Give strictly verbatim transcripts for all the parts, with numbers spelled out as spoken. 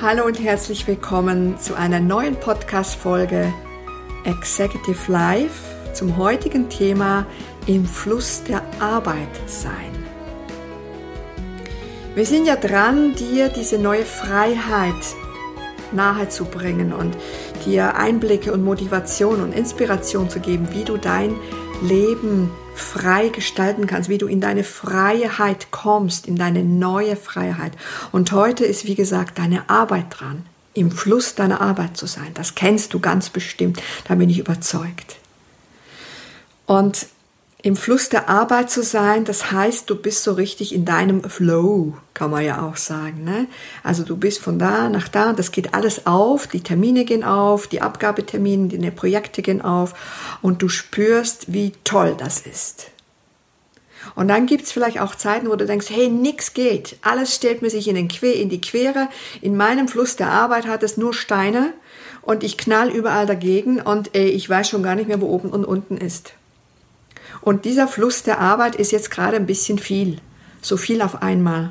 Hallo und herzlich willkommen zu einer neuen Podcast-Folge Executive Life zum heutigen Thema im Fluss der Arbeit sein. Wir sind ja dran, dir diese neue Freiheit nahezubringen und dir Einblicke und Motivation und Inspiration zu geben, wie du dein Leben frei gestalten kannst, wie du in deine Freiheit kommst, in deine neue Freiheit. Und heute ist, wie gesagt, deine Arbeit dran, im Fluss deiner Arbeit zu sein. Das kennst du ganz bestimmt, da bin ich überzeugt. Und im Fluss der Arbeit zu sein, das heißt, du bist so richtig in deinem Flow, kann man ja auch sagen, ne? Also du bist von da nach da, das geht alles auf, die Termine gehen auf, die Abgabetermine, die Projekte gehen auf und du spürst, wie toll das ist. Und dann gibt es vielleicht auch Zeiten, wo du denkst, hey, nix geht, alles stellt mir sich in, den Que- in die Quere, in meinem Fluss der Arbeit hat es nur Steine und ich knall überall dagegen und ey, ich weiß schon gar nicht mehr, wo oben und unten ist. Und dieser Fluss der Arbeit ist jetzt gerade ein bisschen viel, so viel auf einmal.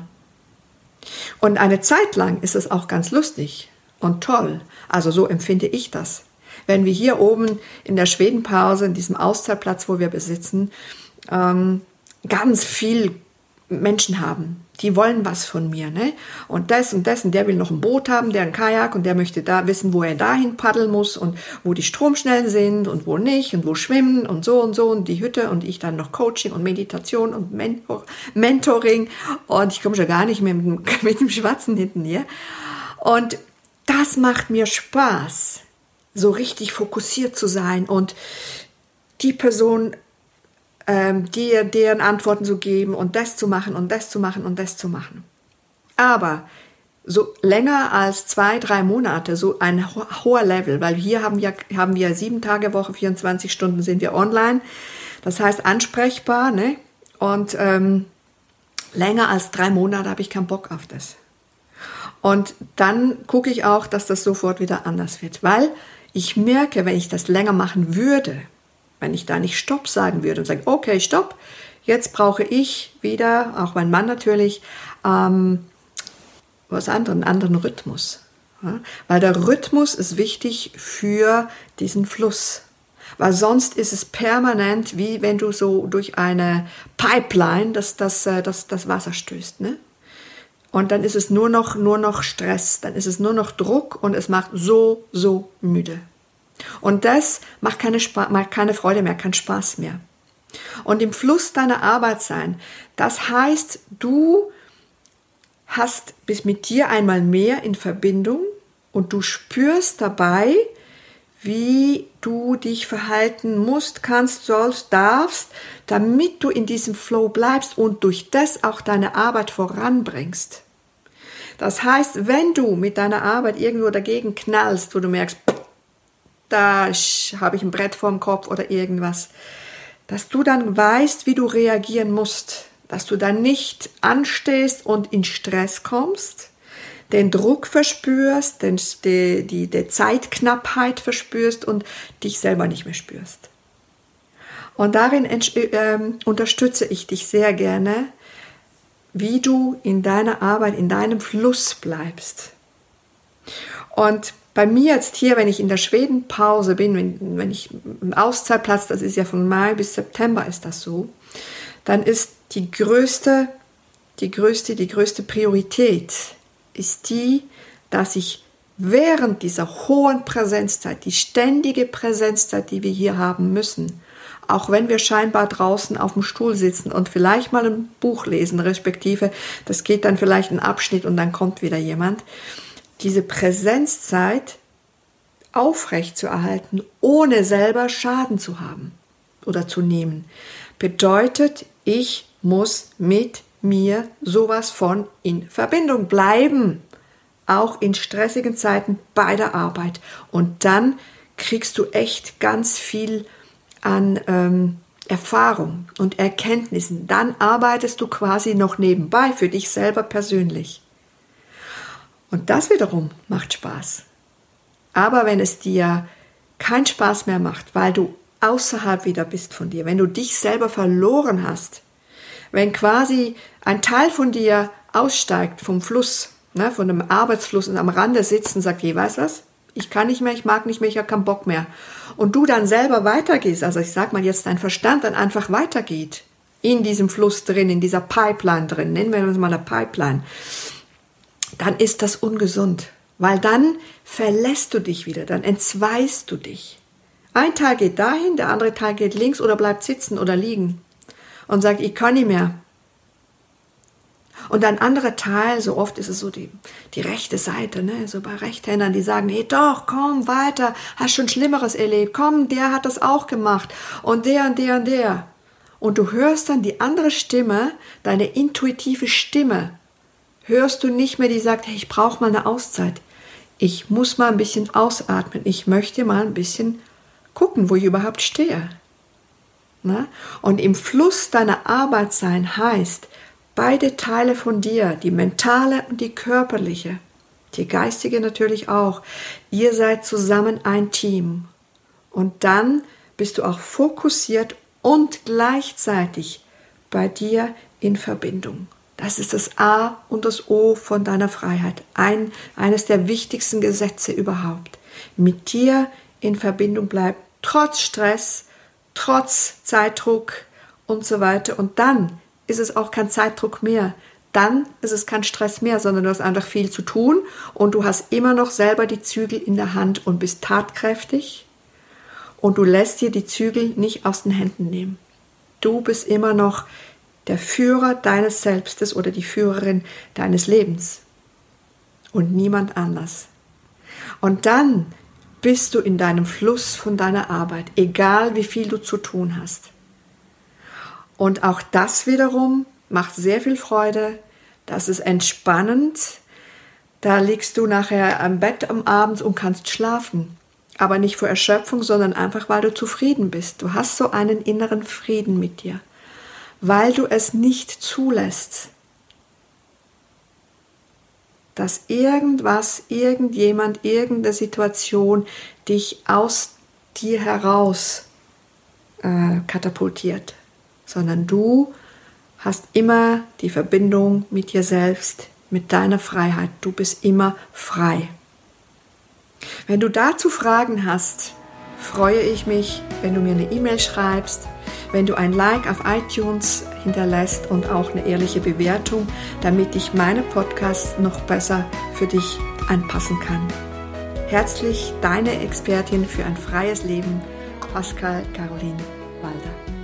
Und eine Zeit lang ist es auch ganz lustig und toll, also so empfinde ich das. Wenn wir hier oben in der Schwedenpause, in diesem Auszeitplatz, wo wir besitzen, ähm, ganz viel Menschen haben, die wollen was von mir, ne? Und das und das und der will noch ein Boot haben, der ein Kajak und der möchte da wissen, wo er dahin paddeln muss und wo die Stromschnellen sind und wo nicht und wo schwimmen und so und so und die Hütte und ich dann noch Coaching und Meditation und Mentor, Mentoring und ich komme schon gar nicht mehr mit dem, mit dem Schwatzen hinten hier. Und das macht mir Spaß, so richtig fokussiert zu sein und die Person Ähm, dir, deren Antworten zu geben und das zu machen und das zu machen und das zu machen. Aber so länger als zwei, drei Monate, so ein ho- hoher Level, weil hier haben wir, haben wir sieben Tage Woche, vierundzwanzig Stunden sind wir online, das heißt ansprechbar, ne? Und ähm, länger als drei Monate habe ich keinen Bock auf das. Und dann gucke ich auch, dass das sofort wieder anders wird, weil ich merke, wenn ich das länger machen würde, wenn ich da nicht Stopp sagen würde und sage, okay, Stopp, jetzt brauche ich wieder, auch mein Mann natürlich, ähm, was anderes, einen anderen Rhythmus. Ja? Weil der Rhythmus ist wichtig für diesen Fluss. Weil sonst ist es permanent, wie wenn du so durch eine Pipeline das, das, das, das Wasser stößt. Ne? Und dann ist es nur noch, nur noch Stress, dann ist es nur noch Druck und es macht so, so müde. Und das macht keine, Spa- macht keine Freude mehr, keinen Spaß mehr. Und im Fluss deiner Arbeit sein, das heißt, du hast bist mit dir einmal mehr in Verbindung und du spürst dabei, wie du dich verhalten musst, kannst, sollst, darfst, damit du in diesem Flow bleibst und durch das auch deine Arbeit voranbringst. Das heißt, wenn du mit deiner Arbeit irgendwo dagegen knallst, wo du merkst, da habe ich ein Brett vorm Kopf oder irgendwas, dass du dann weißt, wie du reagieren musst, dass du dann nicht anstehst und in Stress kommst, den Druck verspürst, den, die, die, die Zeitknappheit verspürst und dich selber nicht mehr spürst. Und darin äh, unterstütze ich dich sehr gerne, wie du in deiner Arbeit, in deinem Fluss bleibst. Und bei mir jetzt hier, wenn ich in der Schwedenpause bin, wenn, wenn ich im Auszeitplatz, das ist ja von Mai bis September ist das so, dann ist die größte, die größte, die größte Priorität ist die, dass ich während dieser hohen Präsenzzeit, die ständige Präsenzzeit, die wir hier haben müssen, auch wenn wir scheinbar draußen auf dem Stuhl sitzen und vielleicht mal ein Buch lesen, respektive, das geht dann vielleicht ein Abschnitt und dann kommt wieder jemand, diese Präsenzzeit aufrecht zu erhalten, ohne selber Schaden zu haben oder zu nehmen, bedeutet, ich muss mit mir sowas von in Verbindung bleiben, auch in stressigen Zeiten bei der Arbeit. Und dann kriegst du echt ganz viel an ähm, Erfahrung und Erkenntnissen. Dann arbeitest du quasi noch nebenbei für dich selber persönlich. Und das wiederum macht Spaß. Aber wenn es dir keinen Spaß mehr macht, weil du außerhalb wieder bist von dir, wenn du dich selber verloren hast, wenn quasi ein Teil von dir aussteigt vom Fluss, ne, von einem Arbeitsfluss und am Rande sitzt und sagt, je, weißt du was? Ich kann nicht mehr, ich mag nicht mehr, ich habe keinen Bock mehr. Und du dann selber weitergehst, also ich sag mal jetzt, dein Verstand dann einfach weitergeht, in diesem Fluss drin, in dieser Pipeline drin, nennen wir das mal eine Pipeline, dann ist das ungesund. Weil dann verlässt du dich wieder, dann entzweist du dich. Ein Teil geht dahin, der andere Teil geht links oder bleibt sitzen oder liegen und sagt, ich kann nicht mehr. Und ein anderer Teil, so oft ist es so die, die rechte Seite, ne? So bei Rechtshändern, die sagen, hey doch, komm weiter, hast schon Schlimmeres erlebt, komm, der hat das auch gemacht und der und der und der. Und du hörst dann die andere Stimme, deine intuitive Stimme, hörst du nicht mehr, die sagt, hey, ich brauche mal eine Auszeit. Ich muss mal ein bisschen ausatmen. Ich möchte mal ein bisschen gucken, wo ich überhaupt stehe. Na? Und im Fluss deiner Arbeit sein heißt, beide Teile von dir, die mentale und die körperliche, die geistige natürlich auch, ihr seid zusammen ein Team. Und dann bist du auch fokussiert und gleichzeitig bei dir in Verbindung. Das ist das A und das O von deiner Freiheit. Ein, eines der wichtigsten Gesetze überhaupt. Mit dir in Verbindung bleiben, trotz Stress, trotz Zeitdruck und so weiter. Und dann ist es auch kein Zeitdruck mehr. Dann ist es kein Stress mehr, sondern du hast einfach viel zu tun und du hast immer noch selber die Zügel in der Hand und bist tatkräftig und du lässt dir die Zügel nicht aus den Händen nehmen. Du bist immer noch der Führer deines Selbstes oder die Führerin deines Lebens und niemand anders. Und dann bist du in deinem Fluss von deiner Arbeit, egal wie viel du zu tun hast. Und auch das wiederum macht sehr viel Freude, das ist entspannend, da liegst du nachher am Bett am Abend und kannst schlafen, aber nicht vor Erschöpfung, sondern einfach, weil du zufrieden bist. Du hast so einen inneren Frieden mit dir. Weil du es nicht zulässt, dass irgendwas, irgendjemand, irgendeine Situation dich aus dir heraus äh, katapultiert, sondern du hast immer die Verbindung mit dir selbst, mit deiner Freiheit. Du bist immer frei. Wenn du dazu Fragen hast, freue ich mich, wenn du mir eine E-Mail schreibst, wenn du ein Like auf iTunes hinterlässt und auch eine ehrliche Bewertung, damit ich meine Podcasts noch besser für dich anpassen kann. Herzlich, deine Expertin für ein freies Leben, Pascal Caroline Walder.